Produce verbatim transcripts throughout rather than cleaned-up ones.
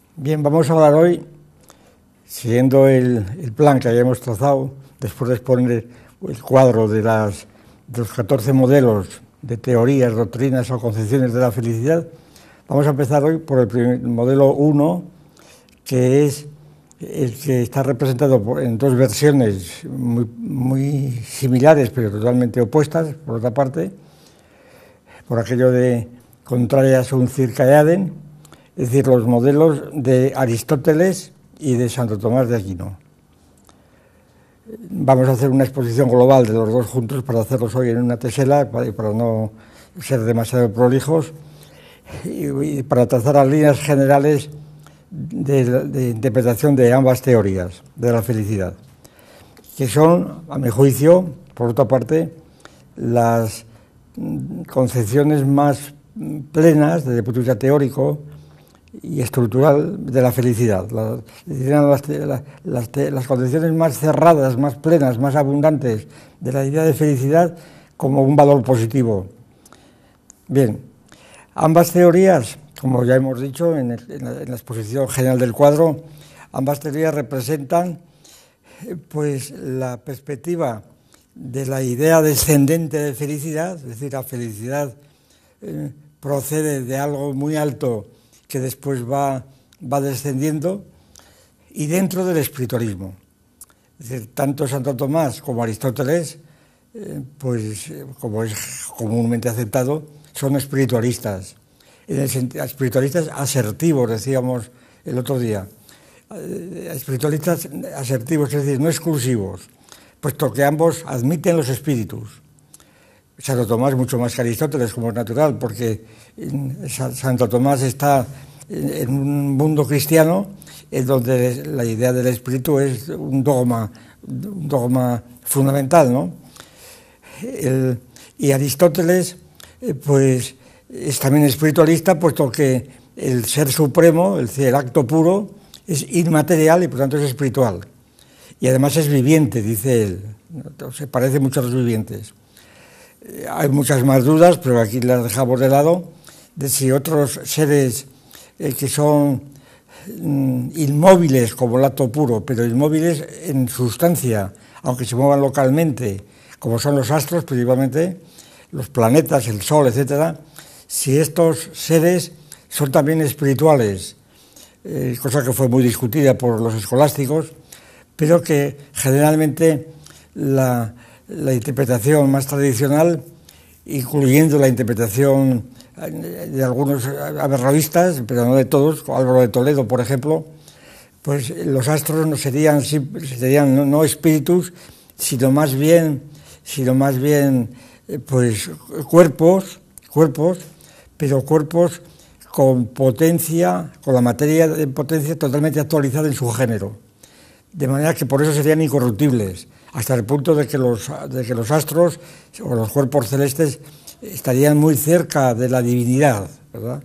Bien, vamos a hablar hoy, siguiendo el, el plan que habíamos trazado, después de exponer el cuadro de, las, de los catorce modelos de teorías, doctrinas o concepciones de la felicidad. Vamos a empezar hoy por el primer, modelo uno, que es el que está representado por, en dos versiones muy, muy similares, pero totalmente opuestas, por otra parte, por aquello de contraria sunt circa-eadem, es decir, los modelos de Aristóteles y de Santo Tomás de Aquino. Vamos a hacer una exposición global de los dos juntos para hacerlos hoy en una tesela, para, para no ser demasiado prolijos, y, y para trazar las líneas generales de, de interpretación de ambas teorías de la felicidad, que son, a mi juicio, por otra parte, las concepciones más plenas desde el punto de vista teórico y estructural de la felicidad. Las, las, las, las concepciones más cerradas, más plenas, más abundantes de la idea de felicidad como un valor positivo. Bien, ambas teorías, como ya hemos dicho en, el, en, la, en la exposición general del cuadro, ambas teorías representan pues la perspectiva de la idea descendente de felicidad, es decir, la felicidad eh, procede de algo muy alto que después va, va descendiendo, y dentro del espiritualismo. Es decir, tanto Santo Tomás como Aristóteles, eh, pues como es comúnmente aceptado, son espiritualistas, en el sentido, espiritualistas asertivos, decíamos el otro día, eh, espiritualistas asertivos, es decir, no exclusivos, puesto que ambos admiten los espíritus. Santo Tomás mucho más que Aristóteles, como es natural, porque Santo Tomás está en un mundo cristiano en donde la idea del espíritu es un dogma, un dogma fundamental, ¿no? El, y Aristóteles, pues, es también espiritualista, puesto que el ser supremo, el, el acto puro, es inmaterial y por tanto es espiritual. Y además es viviente, dice él, se parece mucho a los vivientes. Hay muchas más dudas, pero aquí las dejamos de lado, de si otros seres eh, que son mm, inmóviles como el acto puro, pero inmóviles en sustancia, aunque se muevan localmente, como son los astros, principalmente, los planetas, el Sol, etcétera, si estos seres son también espirituales, eh, cosa que fue muy discutida por los escolásticos, pero que generalmente la... la interpretación más tradicional, incluyendo la interpretación de algunos averroístas, pero no de todos, Álvaro de Toledo, por ejemplo, pues los astros no serían, serían no, no espíritus, sino más bien, sino más bien pues cuerpos, cuerpos, pero cuerpos con potencia, con la materia de potencia totalmente actualizada en su género, de manera que por eso serían incorruptibles, hasta el punto de que los, de que los astros o los cuerpos celestes estarían muy cerca de la divinidad, ¿verdad?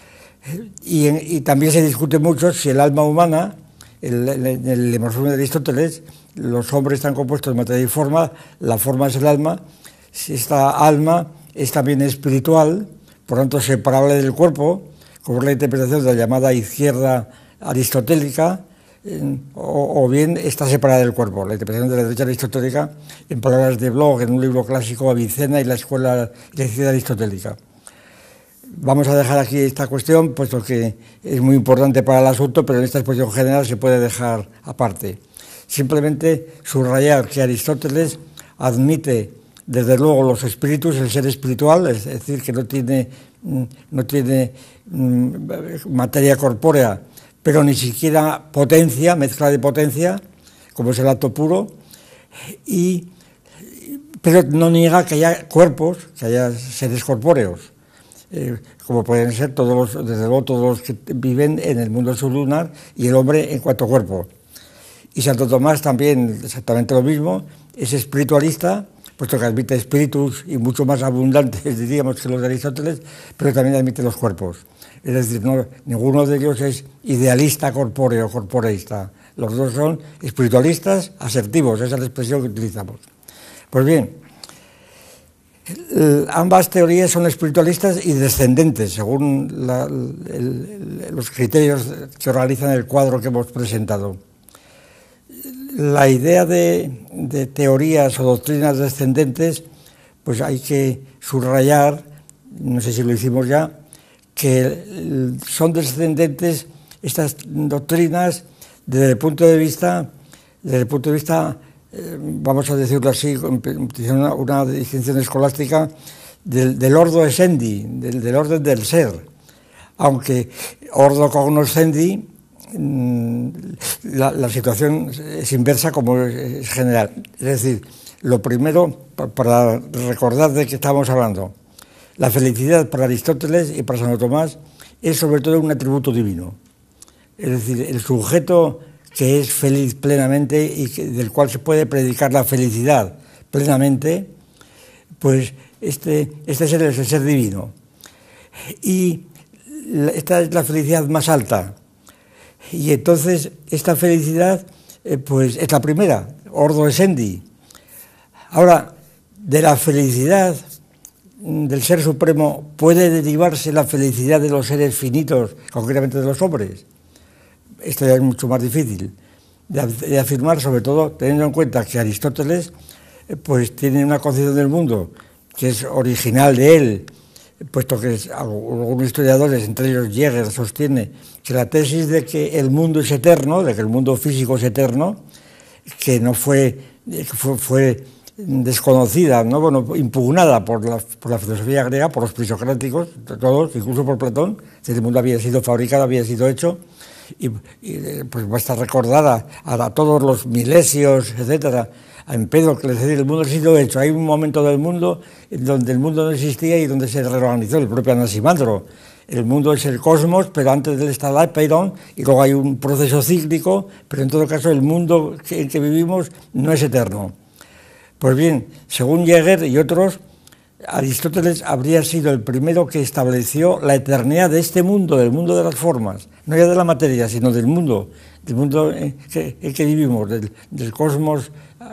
Y, y también se discute mucho si el alma humana, en el, el, el lemosfemo de Aristóteles, los hombres están compuestos de materia y forma, la forma es el alma, si esta alma es también espiritual, por tanto separable del cuerpo, como es la interpretación de la llamada izquierda aristotélica, O, o bien está separada del cuerpo, la interpretación de la derecha aristotélica, en palabras de Bloch, en un libro clásico, Avicena y la escuela y la izquierda aristotélica. Vamos a dejar aquí esta cuestión, puesto que es muy importante para el asunto, pero en esta exposición general se puede dejar aparte. Simplemente subrayar que Aristóteles admite, desde luego, los espíritus, el ser espiritual, es decir, que no tiene, no tiene materia corpórea, pero ni siquiera potencia, mezcla de potencia, como es el acto puro, y, pero no niega que haya cuerpos, que haya seres corpóreos, eh, como pueden ser todos los, desde luego todos los que viven en el mundo sublunar y el hombre en cuanto a cuerpo. Y Santo Tomás también, exactamente lo mismo, es espiritualista, puesto que admite espíritus y mucho más abundantes, diríamos, que los de Aristóteles, pero también admite los cuerpos. Es decir, no, ninguno de ellos es idealista corpóreo, corporeísta. Los dos son espiritualistas asertivos, esa es la expresión que utilizamos. Pues bien, El, ambas teorías son espiritualistas y descendentes, según la, el, el, los criterios que organizan el cuadro que hemos presentado. La idea de, de teorías o doctrinas descendentes, pues hay que subrayar, no sé si lo hicimos ya, que son descendentes estas doctrinas desde el punto de vista, desde el punto de vista, eh, vamos a decirlo así, una, una distinción escolástica, del, del ordo essendi, del, del orden del ser, aunque ordo cognoscendi, la, la situación es inversa como es general. Es decir, lo primero, para recordar de qué estamos hablando, la felicidad para Aristóteles y para Santo Tomás es sobre todo un atributo divino. Es decir, el sujeto que es feliz plenamente y que, del cual se puede predicar la felicidad plenamente, pues este, este ser es el ser divino. Y esta es la felicidad más alta. Y entonces esta felicidad eh, pues es la primera, ordo essendi. Ahora, de la felicidad del ser supremo puede derivarse la felicidad de los seres finitos, concretamente de los hombres. Esto ya es mucho más difícil de, de afirmar, sobre todo teniendo en cuenta que Aristóteles eh, pues tiene una concepción del mundo que es original de él, puesto que es, algunos historiadores, entre ellos Jäger, sostiene que la tesis de que el mundo es eterno, de que el mundo físico es eterno, que no fue, que fue, fue desconocida, ¿no? Bueno, impugnada por la, por la filosofía griega, por los presocráticos, todos, incluso por Platón, que el mundo había sido fabricado, había sido hecho, y, y pues va a estar recordada a, a todos los milesios, etcétera, a Empédocles, es decir, el mundo ha sido hecho. Hay un momento del mundo en donde el mundo no existía y donde se reorganizó, el propio Anaximandro. El mundo es el cosmos, pero antes de él está el Hypeiron, y luego hay un proceso cíclico, pero en todo caso el mundo en que vivimos no es eterno. Pues bien, según Jäger y otros, Aristóteles habría sido el primero que estableció la eternidad de este mundo, del mundo de las formas, no ya de la materia, sino del mundo, del mundo en que, en que vivimos, del, del cosmos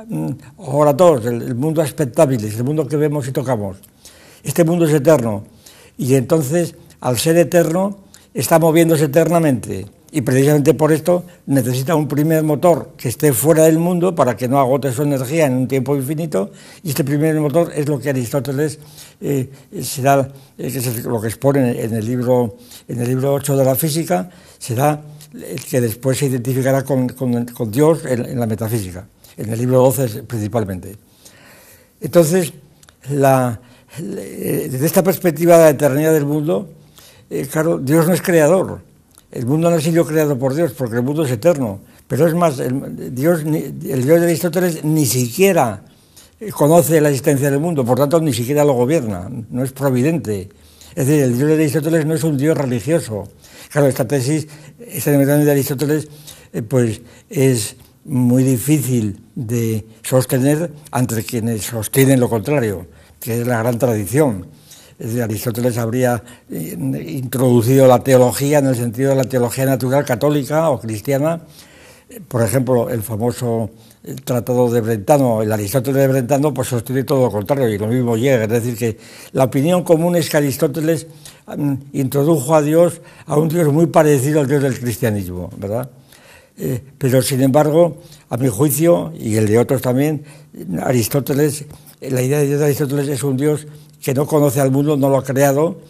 orator, del, del mundo aspectabilis, el mundo que vemos y tocamos. Este mundo es eterno, y entonces, al ser eterno, está moviéndose eternamente. Y precisamente por esto necesita un primer motor que esté fuera del mundo para que no agote su energía en un tiempo infinito, y este primer motor es lo que Aristóteles eh, será, eh, que es lo que expone en el libro en el libro ocho de la física, será el que después se identificará con, con, con Dios en, en la metafísica, en el libro doce principalmente. Entonces, la, desde esta perspectiva de la eternidad del mundo, eh, claro, Dios no es creador. El mundo no ha sido creado por Dios, porque el mundo es eterno. Pero es más, el Dios, el Dios de Aristóteles ni siquiera conoce la existencia del mundo, por tanto ni siquiera lo gobierna, no es providente. Es decir, el Dios de Aristóteles no es un Dios religioso. Claro, esta tesis, esta denominación de Aristóteles, eh, pues es muy difícil de sostener ante quienes sostienen lo contrario, que es la gran tradición. Es decir, Aristóteles habría introducido la teología en el sentido de la teología natural católica o cristiana. Por ejemplo, el famoso tratado de Brentano, el Aristóteles de Brentano, pues sostiene todo lo contrario, y lo mismo llega. Es decir, que la opinión común es que Aristóteles introdujo a Dios, a un Dios muy parecido al Dios del cristianismo, ¿verdad? Eh, pero, sin embargo, a mi juicio, y el de otros también, Aristóteles, la idea de Dios de Aristóteles es un Dios que no conoce al mundo, no lo ha creado,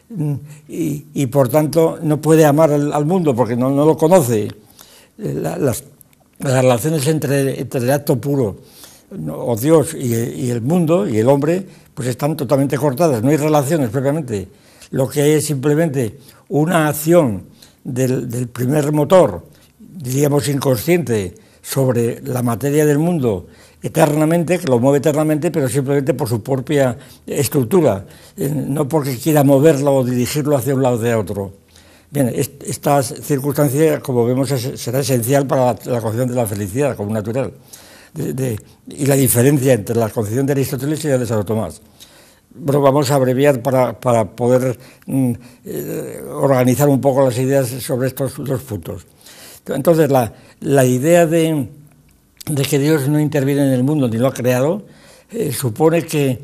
y, y por tanto no puede amar al, al mundo porque no, no lo conoce. La, las, las relaciones entre, entre el acto puro, o Dios y, y el mundo y el hombre, pues están totalmente cortadas, no hay relaciones propiamente. Lo que hay es simplemente una acción del, del primer motor, diríamos inconsciente, sobre la materia del mundo eternamente, que lo mueve eternamente, pero simplemente por su propia estructura, eh, no porque quiera moverlo o dirigirlo hacia un lado o hacia otro. Bien, esta circunstancia, como vemos, es, será esencial para la, la concepción de la felicidad como natural, de, de, y la diferencia entre la concepción de Aristóteles y la de Santo Tomás. Bueno, vamos a abreviar para, para poder mm, eh, organizar un poco las ideas sobre estos dos puntos. Entonces, la, la idea de, de que Dios no interviene en el mundo ni lo ha creado, eh, supone que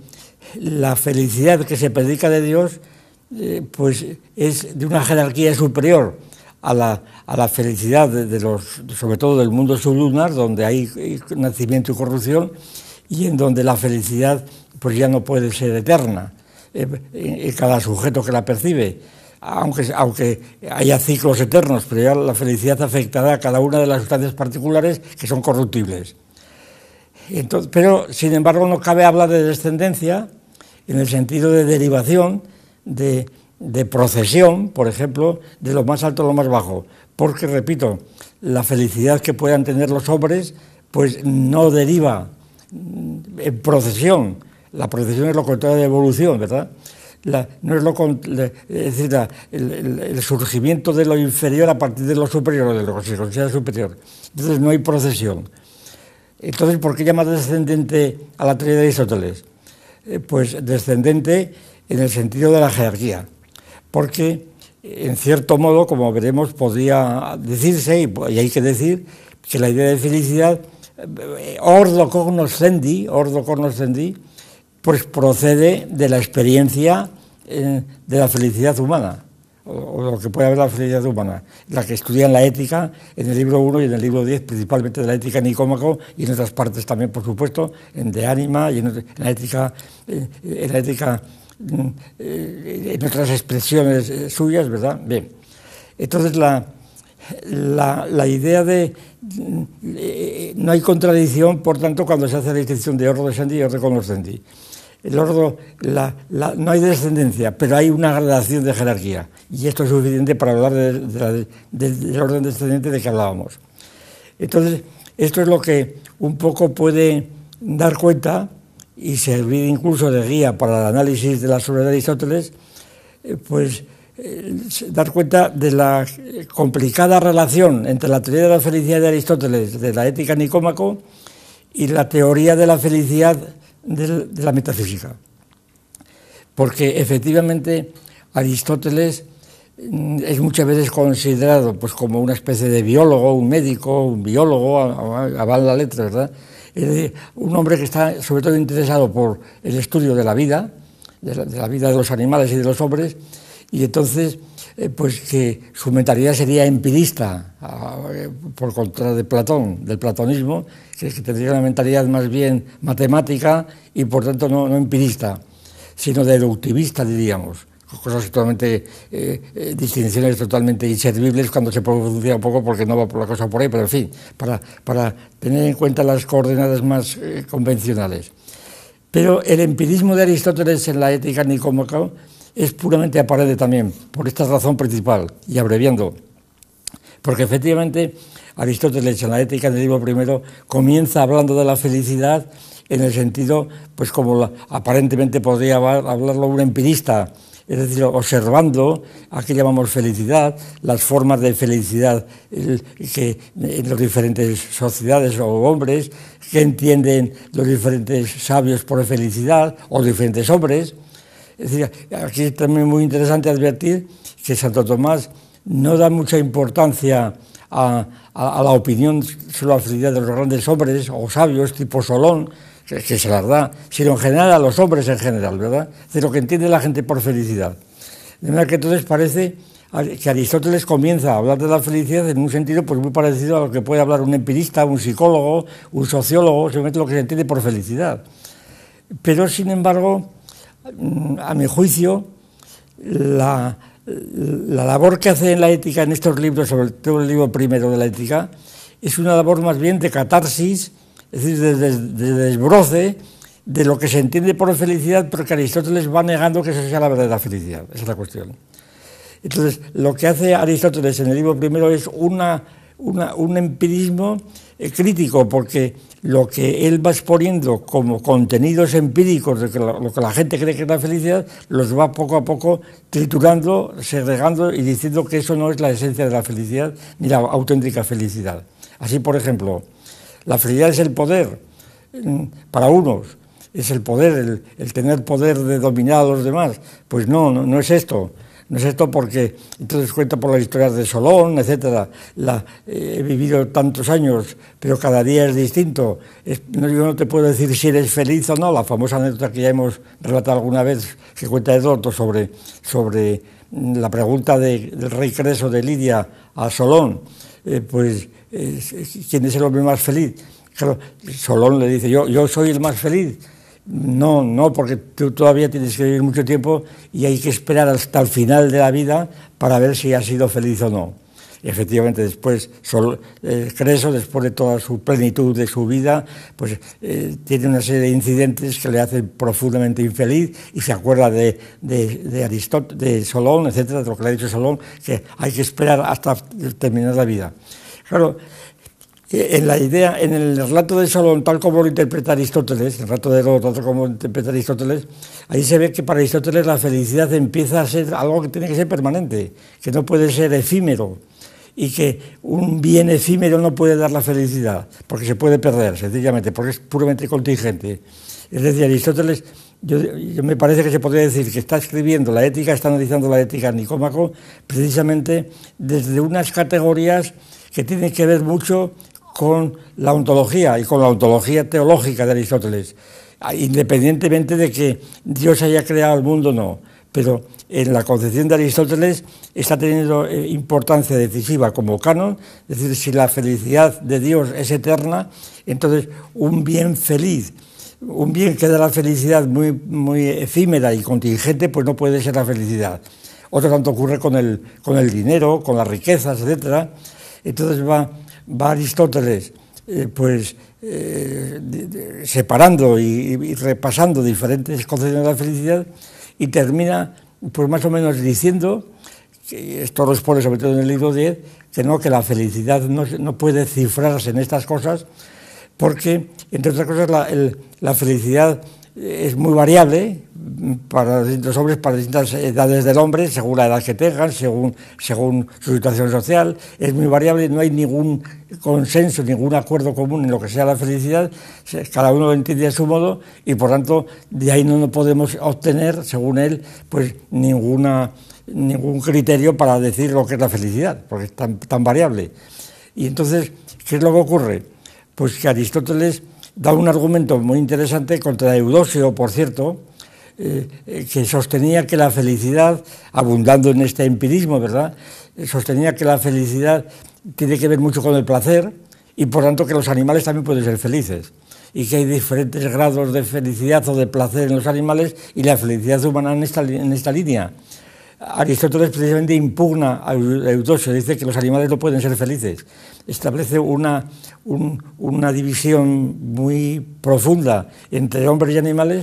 la felicidad que se predica de Dios eh, pues es de una jerarquía superior a la, a la felicidad de, de los, sobre todo del mundo sublunar, donde hay nacimiento y corrupción, y en donde la felicidad pues ya no puede ser eterna eh, en cada sujeto que la percibe, aunque, aunque haya ciclos eternos, pero ya la felicidad afectará a cada una de las sustancias particulares que son corruptibles. Entonces, pero, sin embargo, no cabe hablar de descendencia en el sentido de derivación, de, de procesión, por ejemplo, de lo más alto a lo más bajo, porque, repito, la felicidad que puedan tener los hombres pues no deriva en procesión. La procesión es lo contrario de evolución, ¿verdad? La, no es, lo, es decir, la, el, el, el surgimiento de lo inferior a partir de lo superior, de lo que se considera superior. Entonces no hay procesión. Entonces, ¿por qué llama descendente a la teoría de Aristóteles? Eh, pues descendente en el sentido de la jerarquía, porque en cierto modo, como veremos, podría decirse, y hay que decir, que la idea de felicidad, eh, ordo cognoscendi, ordo cognoscendi, pues procede de la experiencia eh, de la felicidad humana, o, o lo que puede haber la felicidad humana, la que estudia en la ética, en el libro uno y en el libro diez, principalmente de la ética Nicómaco, y en otras partes también, por supuesto, en De Anima y en, en la ética, eh, en la ética eh, en otras expresiones eh, suyas, ¿verdad? Bien, entonces la, la, la idea de eh, no hay contradicción, por tanto, cuando se hace la distinción de ordo descendi y ordo cognoscendi. El ordo, la, la, no hay descendencia, pero hay una gradación de jerarquía, y esto es suficiente para hablar de, de la, de, del orden descendente de que hablábamos. Entonces, esto es lo que un poco puede dar cuenta y servir incluso de guía para el análisis de la obras de Aristóteles, eh, pues eh, dar cuenta de la complicada relación entre la teoría de la felicidad de Aristóteles, de la ética Nicómaco, y la teoría de la felicidad de, de la metafísica. Porque efectivamente Aristóteles es muchas veces considerado pues como una especie de biólogo, un médico, un biólogo, a, a, a la letra, ¿verdad? Es decir, un hombre que está sobre todo interesado por el estudio de la vida, de la, de la vida de los animales y de los hombres, y entonces eh, pues que su mentalidad sería empirista, a, eh, por contra de Platón, del platonismo, que, que tendría una mentalidad más bien matemática y por tanto no, no empirista, sino deductivista, diríamos. Cosas totalmente, eh, eh, distinciones totalmente inservibles cuando se pronuncia un poco porque no va por la cosa por ahí, pero en fin, para, para tener en cuenta las coordenadas más eh, convencionales. Pero el empirismo de Aristóteles en la ética nicómaca es puramente aparente también, por esta razón principal, y abreviando, porque efectivamente Aristóteles en la ética del libro primero comienza hablando de la felicidad en el sentido, pues como la, aparentemente podría hablarlo un empirista, es decir, observando a qué llamamos felicidad, las formas de felicidad el, que en las diferentes sociedades o hombres, que entienden los diferentes sabios por felicidad, o los diferentes hombres. Es decir, aquí es también muy interesante advertir que Santo Tomás no da mucha importancia a, a, a la opinión sobre la felicidad de los grandes hombres o sabios, tipo Solón, que, que se las da, sino en general a los hombres en general, ¿verdad? De lo que entiende la gente por felicidad. De manera que entonces parece que Aristóteles comienza a hablar de la felicidad en un sentido pues muy parecido a lo que puede hablar un empirista, un psicólogo, un sociólogo, simplemente lo que se entiende por felicidad. Pero, sin embargo, a mi juicio, la, la labor que hace en la ética en estos libros, sobre todo el libro primero de la ética, es una labor más bien de catarsis, es decir, de, de, de desbroce de lo que se entiende por felicidad, pero que Aristóteles va negando que eso sea la verdadera felicidad. Esa es la cuestión. Entonces, lo que hace Aristóteles en el libro primero es una, una, un empirismo eh, crítico, porque lo que él va exponiendo como contenidos empíricos de que lo, lo que la gente cree que es la felicidad, los va poco a poco triturando, segregando y diciendo que eso no es la esencia de la felicidad ni la auténtica felicidad. Así, por ejemplo, la felicidad es el poder para unos, es el poder, el, el tener poder de dominar a los demás. Pues no, no, no es esto. no es esto porque, entonces cuenta por las historias de Solón, etcétera. La, eh, he vivido tantos años, pero cada día es distinto. Es, no, yo no te puedo decir si eres feliz o no, la famosa anécdota que ya hemos relatado alguna vez, que cuenta Heródoto sobre, sobre la pregunta de, del rey Creso de Lidia a Solón, eh, pues, eh, ¿quién es el hombre más feliz? Claro, Solón le dice, yo, yo soy el más feliz. No, no, porque tú todavía tienes que vivir mucho tiempo y hay que esperar hasta el final de la vida para ver si has sido feliz o no. Y efectivamente, después, Sol, eh, Creso, después de toda su plenitud de su vida, pues eh, tiene una serie de incidentes que le hacen profundamente infeliz y se acuerda de, de, de Aristóteles, de Solón, etcétera, de lo que le ha dicho Solón, que hay que esperar hasta terminar la vida. Claro, en la idea, en el relato de Solón, tal como lo interpreta Aristóteles, el relato de Heródoto, tal como lo interpreta Aristóteles, ahí se ve que para Aristóteles la felicidad empieza a ser algo que tiene que ser permanente, que no puede ser efímero, y que un bien efímero no puede dar la felicidad, porque se puede perder, sencillamente, porque es puramente contingente. Es decir, Aristóteles, yo, yo me parece que se podría decir que está escribiendo la ética, está analizando la ética en Nicómaco, precisamente desde unas categorías que tienen que ver mucho con la ontología y con la ontología teológica de Aristóteles, independientemente de que Dios haya creado el mundo o no, pero en la concepción de Aristóteles está teniendo importancia decisiva como canon, es decir, si la felicidad de Dios es eterna, entonces un bien feliz, un bien que da la felicidad muy, muy efímera y contingente, pues no puede ser la felicidad. Otro tanto ocurre con el, con el dinero, con las riquezas, etcétera. Entonces va... va Aristóteles eh, pues eh, de, de, separando y, y repasando diferentes concepciones de la felicidad y termina pues más o menos diciendo, que esto lo expone sobre todo en el libro diez, que no, que la felicidad no, no puede cifrarse en estas cosas porque, entre otras cosas, la, el, la felicidad es muy variable para distintos hombres, para distintas edades del hombre, según la edad que tengan, según, según su situación social, es muy variable, no hay ningún consenso, ningún acuerdo común en lo que sea la felicidad, cada uno lo entiende a su modo y por tanto de ahí no, no podemos obtener, según él, pues ninguna, ningún criterio para decir lo que es la felicidad, porque es tan, tan variable. Y entonces, ¿qué es lo que ocurre? Pues que Aristóteles da un argumento muy interesante contra Eudóxio, por cierto, eh, que sostenía que la felicidad, abundando en este empirismo, ¿verdad?, sostenía que la felicidad tiene que ver mucho con el placer y por tanto que los animales también pueden ser felices y que hay diferentes grados de felicidad o de placer en los animales y la felicidad humana en esta, en esta línea. Aristóteles precisamente impugna a Eudóxio, dice que los animales no pueden ser felices, establece una, un, una división muy profunda entre hombres y animales,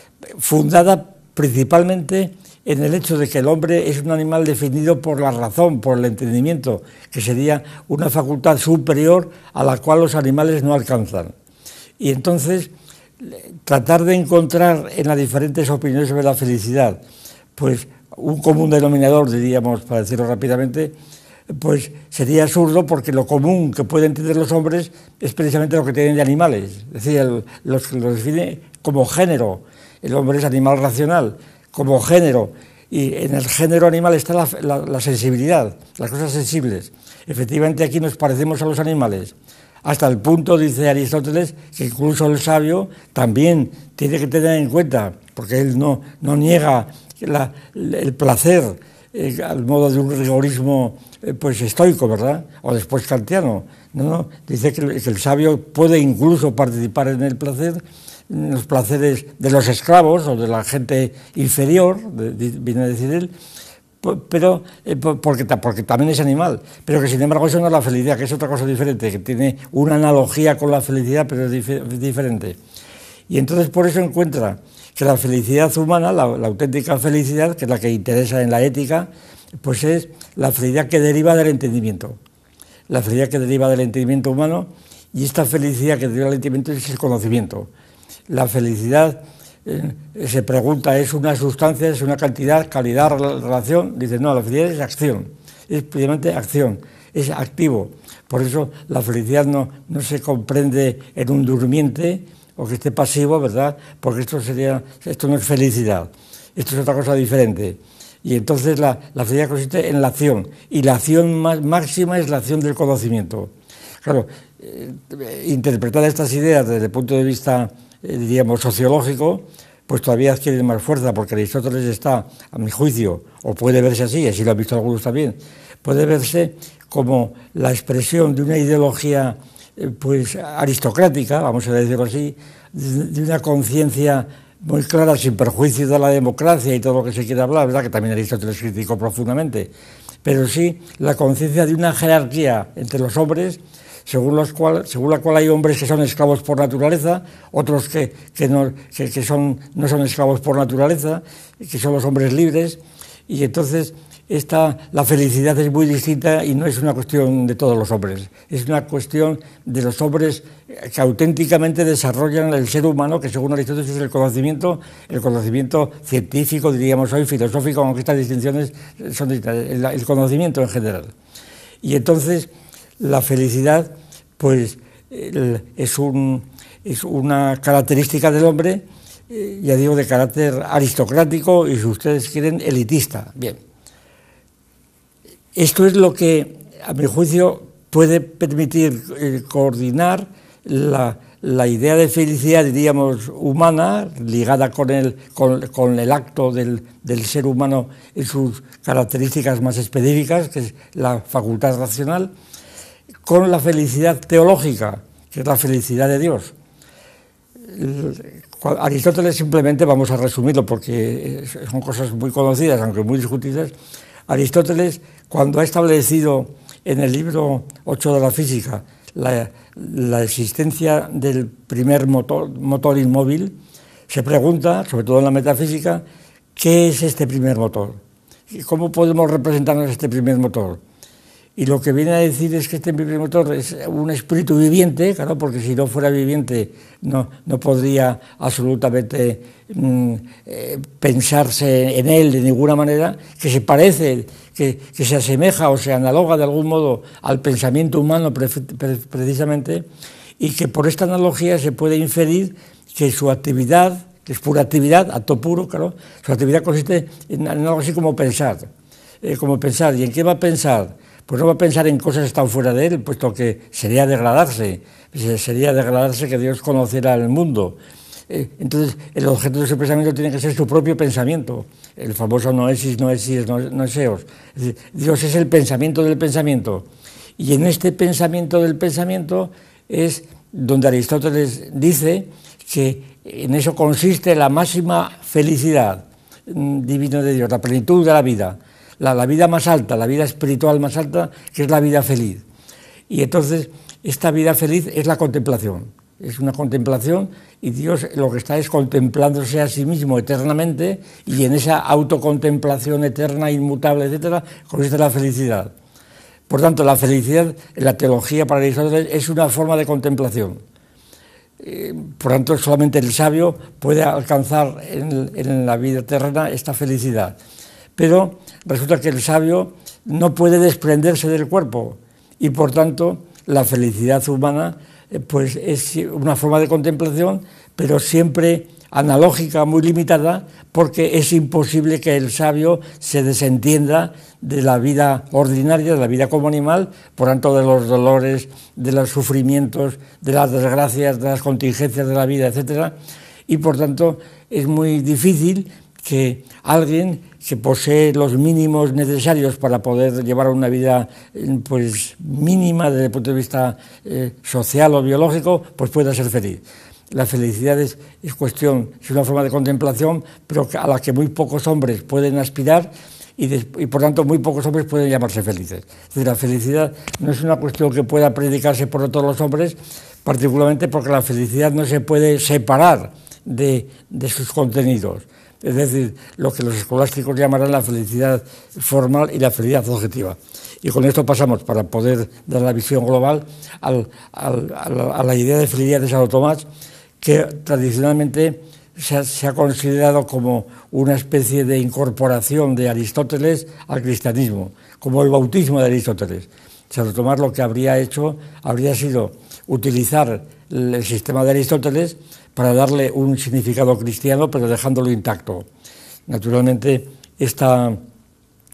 fundada principalmente en el hecho de que el hombre es un animal definido por la razón, por el entendimiento, que sería una facultad superior a la cual los animales no alcanzan. Y entonces, tratar de encontrar en las diferentes opiniones sobre la felicidad, pues un común denominador, diríamos, para decirlo rápidamente, pues sería absurdo porque lo común que pueden entender los hombres es precisamente lo que tienen de animales, es decir, el, los que lo define como género. El hombre es animal racional, como género, y en el género animal está la, la, la sensibilidad, las cosas sensibles. Efectivamente aquí nos parecemos a los animales, hasta el punto, dice Aristóteles, que incluso el sabio también tiene que tener en cuenta, porque él no, no niega la, el placer eh, al modo de un rigorismo eh, pues estoico, ¿verdad?, o después kantiano. No, no, dice que el, que el sabio puede incluso participar en el placer, en los placeres de los esclavos o de la gente inferior, de, de, viene a decir él, pero eh, porque, porque también es animal, pero que sin embargo eso no es la felicidad, que es otra cosa diferente, que tiene una analogía con la felicidad, pero es dif diferente. Y entonces por eso encuentra que la felicidad humana, la, la auténtica felicidad, que es la que interesa en la ética, pues es la felicidad que deriva del entendimiento, la felicidad que deriva del entendimiento humano, y esta felicidad que deriva del entendimiento es el conocimiento. La felicidad, eh, se pregunta, ¿es una sustancia, es una cantidad, calidad, relación? Dice, no, la felicidad es acción, es precisamente acción, es activo. Por eso la felicidad no, no se comprende en un durmiente o que esté pasivo, ¿verdad? Porque esto sería, esto no es felicidad, esto es otra cosa diferente. Y entonces la, la felicidad consiste en la acción, y la acción más máxima es la acción del conocimiento. Claro, eh, interpretar estas ideas desde el punto de vista, eh, diríamos, sociológico, pues todavía adquieren más fuerza, porque Aristóteles está, a mi juicio, o puede verse así, así lo han visto algunos también, puede verse como la expresión de una ideología eh, pues aristocrática, vamos a decirlo así, de, de una conciencia muy clara, sin perjuicio de la democracia y todo lo que se quiera hablar, ¿verdad?, que también Aristóteles criticó profundamente, pero sí la conciencia de una jerarquía entre los hombres, según, los cual, según la cual hay hombres que son esclavos por naturaleza, otros que, que, no, que, que son, no son esclavos por naturaleza, que son los hombres libres, y entonces esta, la felicidad es muy distinta y no es una cuestión de todos los hombres, es una cuestión de los hombres que auténticamente desarrollan el ser humano, que según Aristóteles es el conocimiento, el conocimiento científico, diríamos hoy, filosófico, aunque estas distinciones son distintas, el, el conocimiento en general. Y entonces la felicidad, pues, el, es, un, es una característica del hombre, eh, ya digo, de carácter aristocrático y, si ustedes quieren, elitista. Bien. Esto es lo que, a mi juicio, puede permitir eh, coordinar la, la idea de felicidad, diríamos, humana, ligada con el, con, con el acto del, del ser humano en sus características más específicas, que es la facultad racional, con la felicidad teológica, que es la felicidad de Dios. Aristóteles, simplemente, vamos a resumirlo porque son cosas muy conocidas, aunque muy discutidas. Aristóteles, cuando ha establecido en el libro ocho de la física la, la existencia del primer motor, motor inmóvil, se pregunta, sobre todo en la metafísica, ¿qué es este primer motor? ¿Cómo podemos representarnos este primer motor? Y lo que viene a decir es que este primer motor es un espíritu viviente, claro, porque si no fuera viviente no, no podría absolutamente mm, eh, pensarse en él de ninguna manera, que se parece, que, que se asemeja o se analoga de algún modo al pensamiento humano pre, pre, precisamente, y que por esta analogía se puede inferir que su actividad, que es pura actividad, acto puro, claro, su actividad consiste en, en algo así como pensar, eh, como pensar. ¿Y en qué va a pensar? Pues no va a pensar en cosas que están fuera de él, puesto que sería degradarse, sería degradarse que Dios conociera el mundo. Entonces, el objeto de su pensamiento tiene que ser su propio pensamiento, el famoso noesis, noesis, noeseos. Es decir, Dios es el pensamiento del pensamiento. Y en este pensamiento del pensamiento es donde Aristóteles dice que en eso consiste la máxima felicidad divina de Dios, la plenitud de la vida. La, la vida más alta, la vida espiritual más alta, que es la vida feliz. Y entonces, esta vida feliz es la contemplación. Es una contemplación y Dios lo que está es contemplándose a sí mismo eternamente, y en esa autocontemplación eterna, inmutable, etcétera, consiste la felicidad. Por tanto, la felicidad en la teología para Aristóteles es una forma de contemplación. Eh, por tanto, solamente el sabio puede alcanzar en, en la vida terrena esta felicidad. Pero resulta que el sabio no puede desprenderse del cuerpo y, por tanto, la felicidad humana eh, pues es una forma de contemplación, pero siempre analógica, muy limitada, porque es imposible que el sabio se desentienda de la vida ordinaria, de la vida como animal, por tanto, de los dolores, de los sufrimientos, de las desgracias, de las contingencias de la vida, etcétera. Y, por tanto, es muy difícil que alguien que posee los mínimos necesarios para poder llevar una vida pues mínima desde el punto de vista eh, social o biológico, pues pueda ser feliz. La felicidad es, es cuestión, es una forma de contemplación, pero a la que muy pocos hombres pueden aspirar y, de, y por tanto muy pocos hombres pueden llamarse felices. Es decir, la felicidad no es una cuestión que pueda predicarse por todos los hombres, particularmente porque la felicidad no se puede separar de, de sus contenidos. Es decir, lo que los escolásticos llamarán la felicidad formal y la felicidad objetiva. Y con esto pasamos, para poder dar la visión global, al, al, a, la, a la idea de felicidad de Santo Tomás, que tradicionalmente se ha, se ha considerado como una especie de incorporación de Aristóteles al cristianismo, como el bautismo de Aristóteles. Santo Tomás lo que habría hecho habría sido utilizar el sistema de Aristóteles para darle un significado cristiano, pero dejándolo intacto. Naturalmente, esta,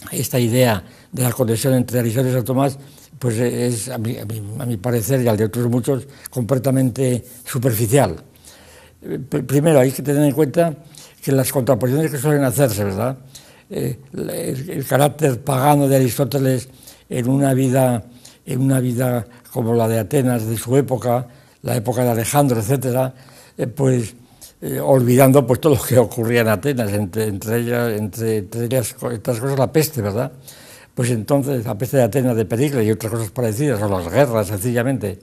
esta idea de la conexión entre Aristóteles y Santo Tomás, pues es, a mi, a, mi, a mi parecer, y al de otros muchos, completamente superficial. Primero, hay que tener en cuenta que las contraposiciones que suelen hacerse, ¿verdad? Eh, el, el carácter pagano de Aristóteles en una vida, en una vida como la de Atenas de su época, la época de Alejandro, etcétera, eh, pues eh, olvidando pues todo lo que ocurría en Atenas, entre, entre ellas, entre, entre ellas, estas cosas, la peste, ¿verdad? Pues entonces, la peste de Atenas, de Pericles y otras cosas parecidas, o las guerras, sencillamente,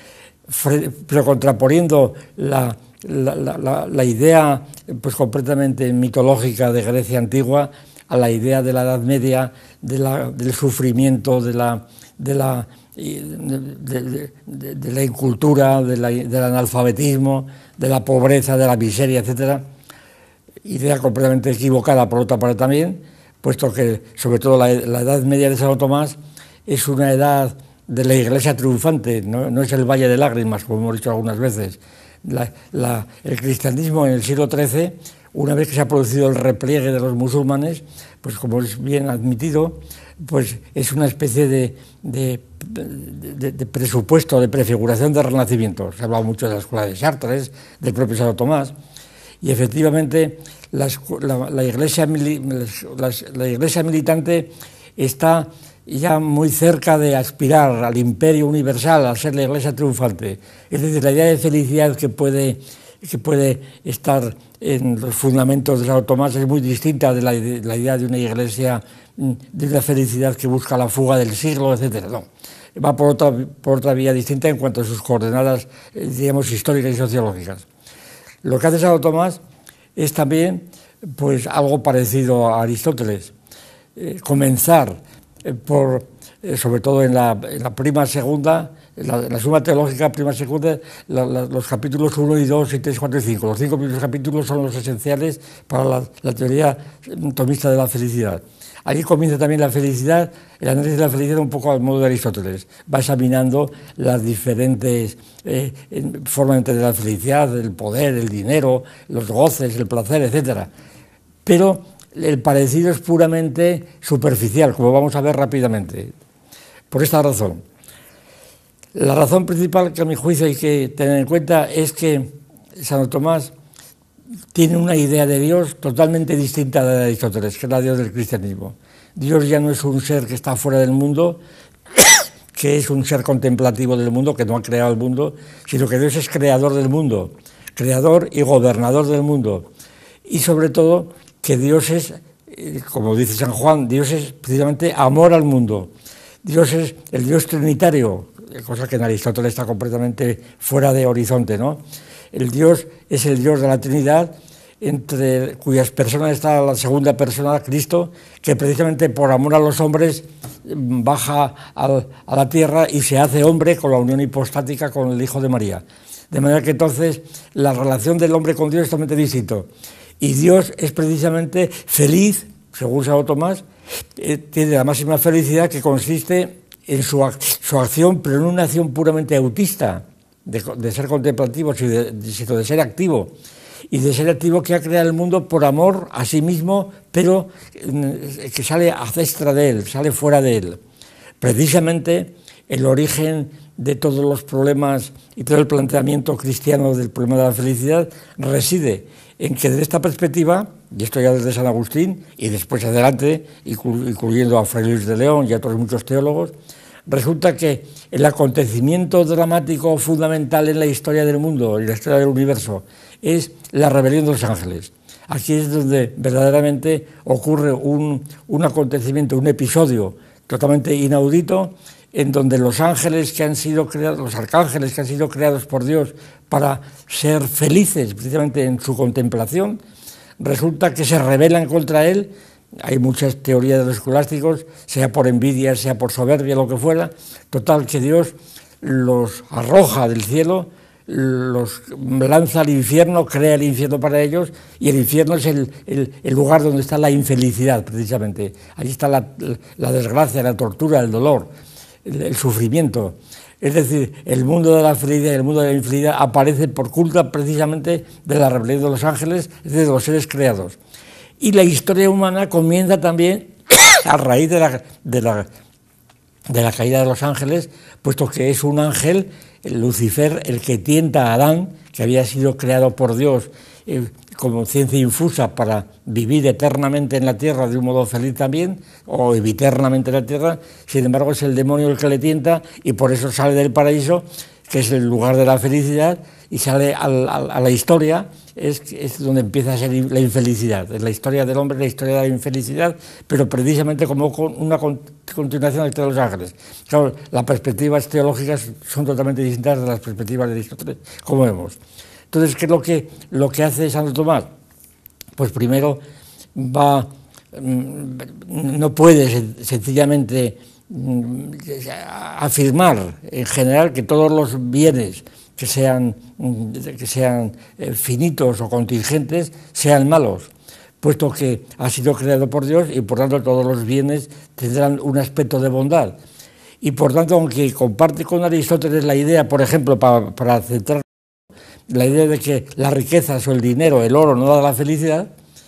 pero contraponiendo la, la, la, la idea pues completamente mitológica de Grecia antigua a la idea de la Edad Media, de la, del sufrimiento, de la, de la, de, de, de, de la incultura, de la, del analfabetismo, de la pobreza, de la miseria, etcétera. Idea completamente equivocada, por otra parte también, puesto que, sobre todo, la, la Edad Media de Santo Tomás es una edad de la Iglesia triunfante, no, no es el Valle de Lágrimas, como hemos dicho algunas veces. La, la, el cristianismo en el siglo trece, una vez que se ha producido el repliegue de los musulmanes, pues como es bien admitido, pues es una especie de, de, de, de presupuesto, de prefiguración del Renacimiento. Se ha hablado mucho de la escuela de Chartres, del propio Santo Tomás, y efectivamente la, la, la, iglesia, la, la iglesia militante está ya muy cerca de aspirar al imperio universal, a ser la iglesia triunfante. Es decir, la idea de felicidad que puede, que puede estar en los fundamentos de Santo Tomás es muy distinta de la, de la idea de una iglesia, de una felicidad que busca la fuga del siglo, etcétera. No, va por otra, por otra vía distinta en cuanto a sus coordenadas, digamos, históricas y sociológicas. Lo que hace Santo Tomás es también pues, algo parecido a Aristóteles, eh, comenzar eh, por, eh, sobre todo en la, en la prima segunda, en la, en la suma teológica prima segunda, la, la, los capítulos uno y dos y tres, cuatro y cinco. Los cinco primeros capítulos son los esenciales para la, la teoría tomista de la felicidad. Allí comienza también la felicidad, el análisis de la felicidad un poco al modo de Aristóteles. Va examinando las diferentes eh, formas de la felicidad, el poder, el dinero, los goces, el placer, etcétera. Pero el parecido es puramente superficial, como vamos a ver rápidamente. Por esta razón. La razón principal que a mi juicio hay que tener en cuenta es que Santo Tomás tiene una idea de Dios totalmente distinta a la de Aristóteles, que es la Dios del cristianismo. Dios ya no es un ser que está fuera del mundo, que es un ser contemplativo del mundo, que no ha creado el mundo, sino que Dios es creador del mundo, creador y gobernador del mundo. Y sobre todo, que Dios es, como dice San Juan, Dios es precisamente amor al mundo. Dios es el Dios trinitario, cosa que en Aristóteles está completamente fuera de horizonte, ¿no? El Dios es el Dios de la Trinidad, entre cuyas personas está la segunda persona, Cristo, que precisamente por amor a los hombres baja al, a la tierra y se hace hombre con la unión hipostática con el Hijo de María. De manera que entonces la relación del hombre con Dios es totalmente distinto. Y Dios es precisamente feliz, según Santo Tomás, eh, tiene la máxima felicidad que consiste en su, su acción, pero no una acción puramente autista, De, de ser contemplativo, sino de, de, de ser activo, y de ser activo que ha creado el mundo por amor a sí mismo, pero eh, que sale a cestra de él, sale fuera de él. Precisamente el origen de todos los problemas y todo el planteamiento cristiano del problema de la felicidad reside en que desde esta perspectiva, y esto ya desde San Agustín, y después adelante, incluyendo a Fray Luis de León y a otros muchos teólogos, resulta que el acontecimiento dramático fundamental en la historia del mundo, en la historia del universo, es la rebelión de los ángeles. Aquí es donde verdaderamente ocurre un, un acontecimiento, un episodio totalmente inaudito, en donde los ángeles que han sido creados, los arcángeles que han sido creados por Dios para ser felices precisamente en su contemplación, resulta que se rebelan contra él. Hay muchas teorías de los escolásticos, sea por envidia, sea por soberbia, lo que fuera. Total, que Dios los arroja del cielo, los lanza al infierno, crea el infierno para ellos, y el infierno es el, el, el lugar donde está la infelicidad, precisamente. Allí está la, la desgracia, la tortura, el dolor, el, el sufrimiento. Es decir, el mundo de la felicidad y el mundo de la infelicidad aparece por culpa precisamente de la rebelión de los ángeles, es decir, de los seres creados. Y la historia humana comienza también a raíz de la, de la, de la caída de los ángeles, puesto que es un ángel, Lucifer, el que tienta a Adán, que había sido creado por Dios eh, como ciencia infusa para vivir eternamente en la tierra de un modo feliz también, o eviternamente en la tierra. Sin embargo, es el demonio el que le tienta y por eso sale del paraíso, que es el lugar de la felicidad, y sale al, al, a la historia, es, es donde empieza a ser la infelicidad. Es la historia del hombre, la historia de la infelicidad, pero precisamente como una continuación de la historia de los ángeles. Claro, las perspectivas teológicas son totalmente distintas de las perspectivas de Aristóteles, como vemos. Entonces, ¿qué es lo que, lo que hace Santo Tomás? Pues primero va, no puede sencillamente afirmar en general que todos los bienes que sean, que sean finitos o contingentes sean malos, puesto que ha sido creado por Dios y por tanto todos los bienes tendrán un aspecto de bondad. Y por tanto, aunque comparte con Aristóteles la idea, por ejemplo, para, para centrar la idea de que las riquezas o el dinero, el oro, no da la felicidad,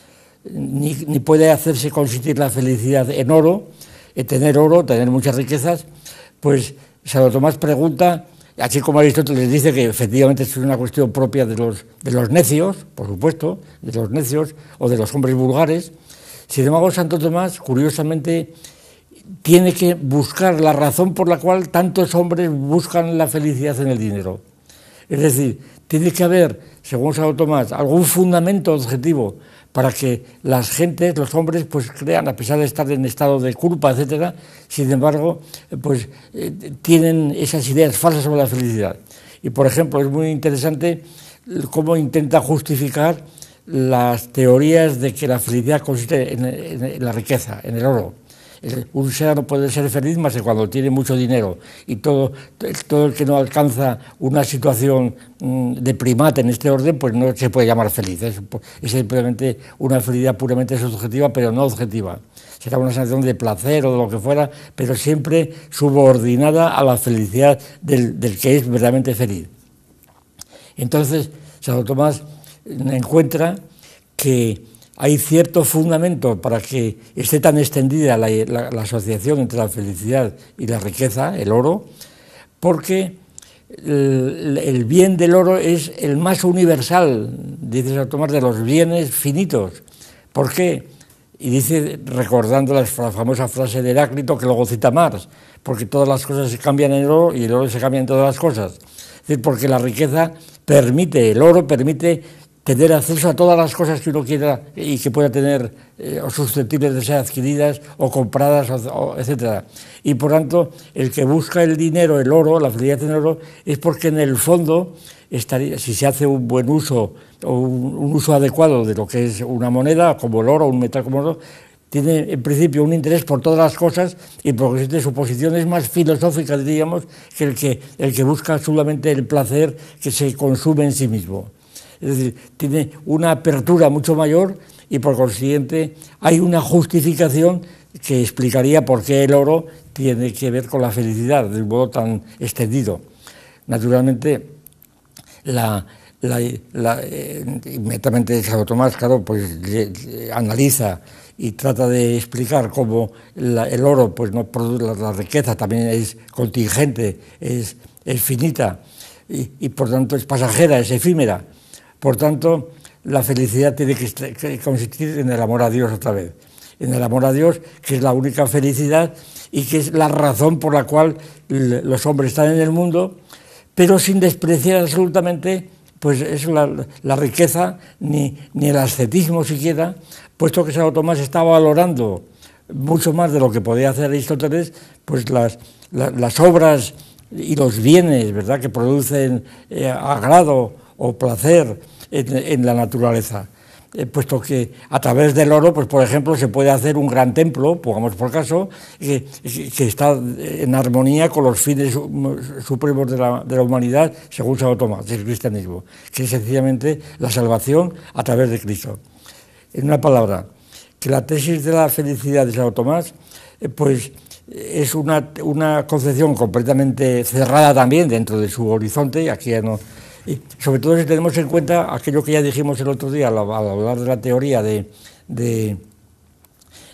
ni, ni puede hacerse consistir la felicidad en oro, en tener oro, tener muchas riquezas, pues Santo Tomás pregunta, así como Aristóteles dice que efectivamente es una cuestión propia de los, de los necios, por supuesto, de los necios o de los hombres vulgares. Sin embargo, Santo Tomás, curiosamente, tiene que buscar la razón por la cual tantos hombres buscan la felicidad en el dinero. Es decir, tiene que haber, según Santo Tomás, algún fundamento objetivo para que las gentes, los hombres, pues crean, a pesar de estar en estado de culpa, etcétera, sin embargo, pues eh, tienen esas ideas falsas sobre la felicidad. Y, por ejemplo, es muy interesante cómo intenta justificar las teorías de que la felicidad consiste en, en, en la riqueza, en el oro. Un ser no puede ser feliz más que cuando tiene mucho dinero, y todo, todo el que no alcanza una situación de primate en este orden, pues no se puede llamar feliz. Es, es simplemente una felicidad puramente subjetiva, pero no objetiva. Será una sensación de placer o de lo que fuera, pero siempre subordinada a la felicidad del, del que es verdaderamente feliz. Entonces, Santo Tomás encuentra que hay cierto fundamento para que esté tan extendida la, la, la asociación entre la felicidad y la riqueza, el oro, porque el, el bien del oro es el más universal, dice Santo Tomás, de los bienes finitos. ¿Por qué? Y dice, recordando la famosa frase de Heráclito, que luego cita Marx, porque todas las cosas se cambian en oro y el oro se cambia en todas las cosas. Es decir, porque la riqueza permite, el oro permite tener acceso a todas las cosas que uno quiera y que pueda tener, eh, o susceptibles de ser adquiridas o compradas, o, o, etcétera. Y por tanto, el que busca el dinero, el oro, la felicidad en oro, es porque en el fondo, estaría, si se hace un buen uso o un, un uso adecuado de lo que es una moneda, como el oro, un metal como el oro, tiene en principio un interés por todas las cosas, y porque su posición es más filosófica, diríamos, que el que, el que busca solamente el placer que se consume en sí mismo. Es decir, tiene una apertura mucho mayor y por consiguiente hay una justificación que explicaría por qué el oro tiene que ver con la felicidad de un modo tan extendido. Naturalmente, la, la, la, eh, inmediatamente Santo Tomás, claro, pues le, le analiza y trata de explicar cómo la, el oro pues no produce la, la riqueza, también es contingente, es, es finita y, y por tanto es pasajera, es efímera. Por tanto, la felicidad tiene que consistir en el amor a Dios otra vez, en el amor a Dios, que es la única felicidad y que es la razón por la cual los hombres están en el mundo, pero sin despreciar absolutamente pues es la, la riqueza ni, ni el ascetismo siquiera, puesto que Santo Tomás estaba valorando mucho más de lo que podía hacer Aristóteles, pues las, las, las obras y los bienes, ¿verdad?, que producen eh, agrado o placer en, en la naturaleza, eh, puesto que a través del oro, pues por ejemplo, se puede hacer un gran templo, pongamos por caso, que, que está en armonía con los fines supremos de la, de la humanidad, según Santo Tomás, del cristianismo, que es sencillamente la salvación a través de Cristo. En una palabra, que la tesis de la felicidad de Santo Tomás, eh, pues es una, una concepción completamente cerrada también dentro de su horizonte, aquí ya no. Y sobre todo si tenemos en cuenta aquello que ya dijimos el otro día al, al hablar de la teoría de, de,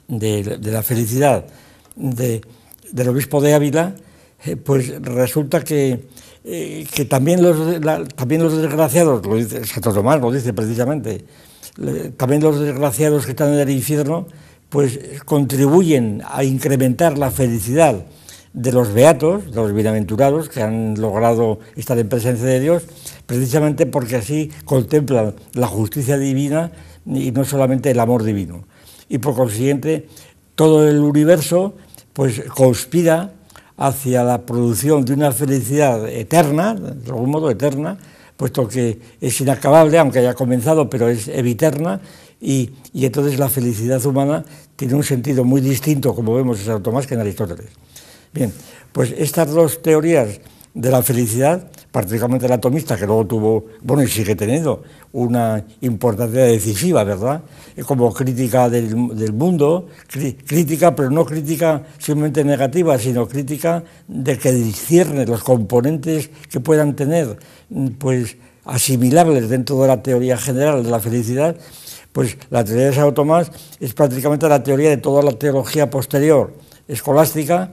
de, de la felicidad de, del obispo de Ávila, eh, pues resulta que, eh, que también, los, la, también los desgraciados, lo dice Santo Tomás, lo dice precisamente, le, también los desgraciados que están en el infierno, pues contribuyen a incrementar la felicidad de los beatos, de los bienaventurados, que han logrado estar en presencia de Dios, precisamente porque así contemplan la justicia divina y no solamente el amor divino. Y por consiguiente, todo el universo pues conspira hacia la producción de una felicidad eterna, de algún modo eterna, puesto que es inacabable, aunque haya comenzado, pero es eviterna, y, y entonces la felicidad humana tiene un sentido muy distinto, como vemos en Santo Tomás, que en Aristóteles. Bien, pues estas dos teorías de la felicidad, particularmente el atomista, que luego tuvo, bueno, y sigue teniendo una importancia decisiva, ¿verdad? Como crítica del, del mundo, crí, crítica, pero no crítica simplemente negativa, sino crítica de que discierne los componentes que puedan tener, pues, asimilables dentro de la teoría general de la felicidad. Pues la teoría de Santo Tomás es prácticamente la teoría de toda la teología posterior escolástica,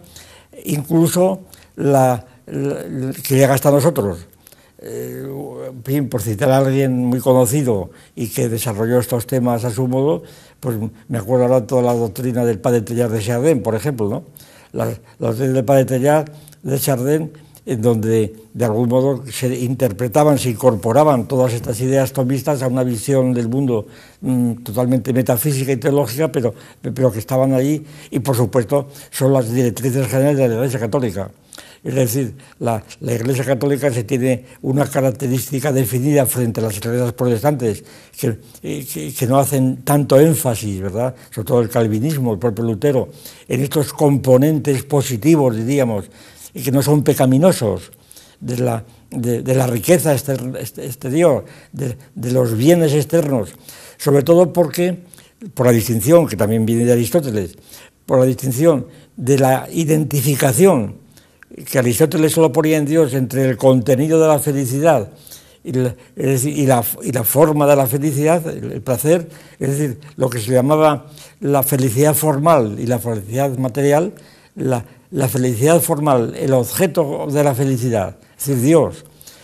incluso la, la que llega hasta nosotros. Eh, en fin, por citar a alguien muy conocido y que desarrolló estos temas a su modo, pues me acuerdo ahora de toda la doctrina del padre Teilhard de Chardin, por ejemplo, ¿no? La, la doctrina del padre Teilhard de Chardin, en donde de algún modo se interpretaban, se incorporaban todas estas ideas tomistas a una visión del mundo mmm, totalmente metafísica y teológica, pero, pero que estaban ahí, y por supuesto son las directrices generales de la Iglesia Católica. Es decir, la, la Iglesia Católica se tiene una característica definida frente a las iglesias protestantes que, que, que no hacen tanto énfasis, ¿verdad?, sobre todo el calvinismo, el propio Lutero, en estos componentes positivos, diríamos, y que no son pecaminosos, de la, de, de la riqueza exter, exterior, de, de los bienes externos, sobre todo porque, por la distinción, que también viene de Aristóteles, por la distinción de la identificación que Aristóteles solo ponía en Dios entre el contenido de la felicidad y la, es decir, y la, y la forma de la felicidad, el, el placer, es decir, lo que se llamaba la felicidad formal y la felicidad material, la, la felicidad formal, el objeto de la felicidad, es decir, Dios,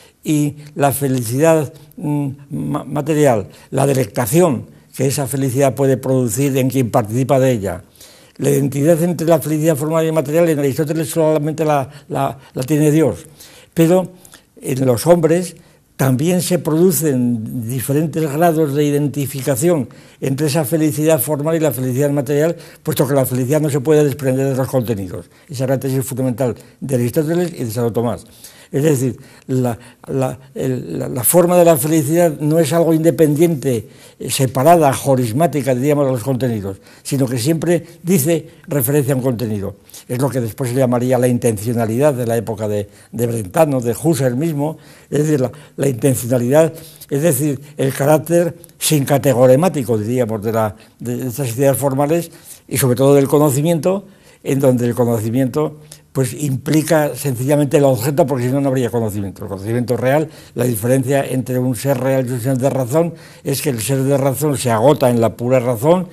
y la felicidad mm, material, la delectación que esa felicidad puede producir en quien participa de ella. La identidad entre la felicidad formal y material en Aristóteles solamente la, la, la tiene Dios, pero en los hombres también se producen diferentes grados de identificación entre esa felicidad formal y la felicidad material, puesto que la felicidad no se puede desprender de los contenidos. Esa es la tesis fundamental de Aristóteles y de Santo Tomás. Es decir, la, la, el, la, la forma de la felicidad no es algo independiente, separada, jorismática, diríamos, de los contenidos, sino que siempre dice referencia a un contenido. Es lo que después se llamaría la intencionalidad de la época de, de Brentano, de Husserl mismo, es decir, la, la intencionalidad, es decir, el carácter sin categoremático, diríamos, de, la, de estas ideas formales y sobre todo del conocimiento, en donde el conocimiento pues implica sencillamente el objeto, porque si no, no habría conocimiento. El conocimiento real, la diferencia entre un ser real y un ser de razón es que el ser de razón se agota en la pura razón,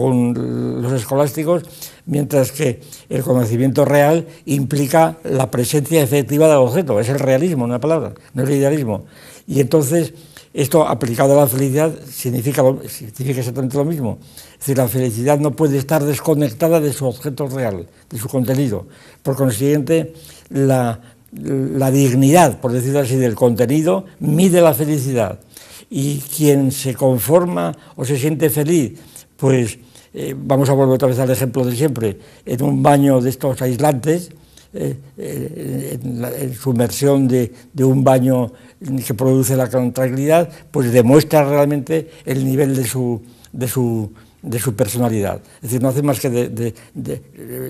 según los escolásticos, mientras que el conocimiento real implica la presencia efectiva del objeto, es el realismo, una palabra, no es el idealismo. Y entonces, esto aplicado a la felicidad significa, lo, significa exactamente lo mismo. Es decir, la felicidad no puede estar desconectada de su objeto real, de su contenido. Por consiguiente, la, la dignidad, por decirlo así, del contenido mide la felicidad. Y quien se conforma o se siente feliz, pues eh, vamos a volver otra vez al ejemplo de siempre, en un baño de estos aislantes, eh, eh, en, la, en sumersión de, de un baño que produce la tranquilidad, pues demuestra realmente el nivel de su, de su, de su personalidad. Es decir, no hace más que de, de, de,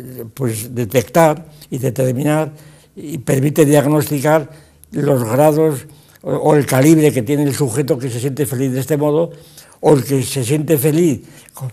pues detectar y determinar y permite diagnosticar los grados o, o el calibre que tiene el sujeto que se siente feliz de este modo, o el que se siente feliz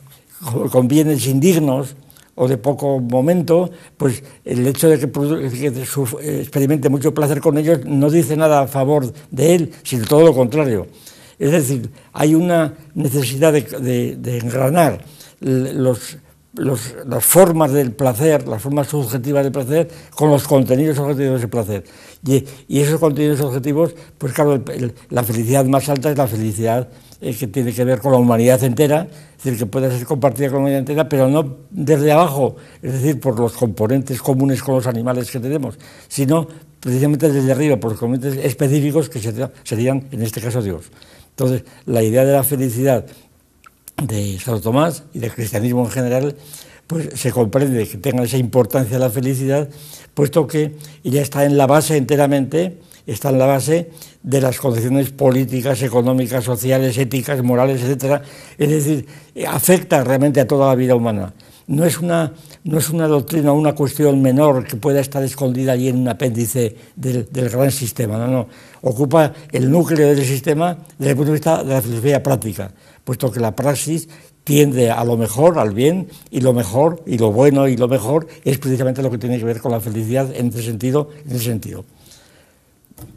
con, con bienes indignos o de poco momento, pues el hecho de que, que su, experimente mucho placer con ellos no dice nada a favor de él, sino todo lo contrario. Es decir, hay una necesidad de, de, de engranar los, los, las formas del placer, las formas subjetivas del placer, con los contenidos objetivos del placer. Y, y esos contenidos objetivos, pues claro, el, el, la felicidad más alta es la felicidad eh, que tiene que ver con la humanidad entera, es decir, que puede ser compartida con la humanidad entera, pero no desde abajo, es decir, por los componentes comunes con los animales que tenemos, sino precisamente desde arriba, por los componentes específicos que serían, en este caso, Dios. Entonces, la idea de la felicidad de Santo Tomás y del cristianismo en general, pues se comprende que tenga esa importancia la felicidad, puesto que ella está en la base enteramente, está en la base de las condiciones políticas, económicas, sociales, éticas, morales, etcétera. Es decir, afecta realmente a toda la vida humana. No es una, no es una doctrina o una cuestión menor que pueda estar escondida allí en un apéndice del, del gran sistema. No, no. Ocupa el núcleo del sistema desde el punto de vista de la filosofía práctica, puesto que la praxis tiende a lo mejor, al bien, y lo mejor, y lo bueno y lo mejor es precisamente lo que tiene que ver con la felicidad en ese sentido. En ese sentido.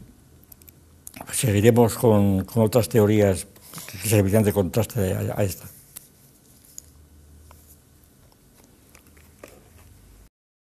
Seguiremos con, con otras teorías que servirán de contraste a, a esta.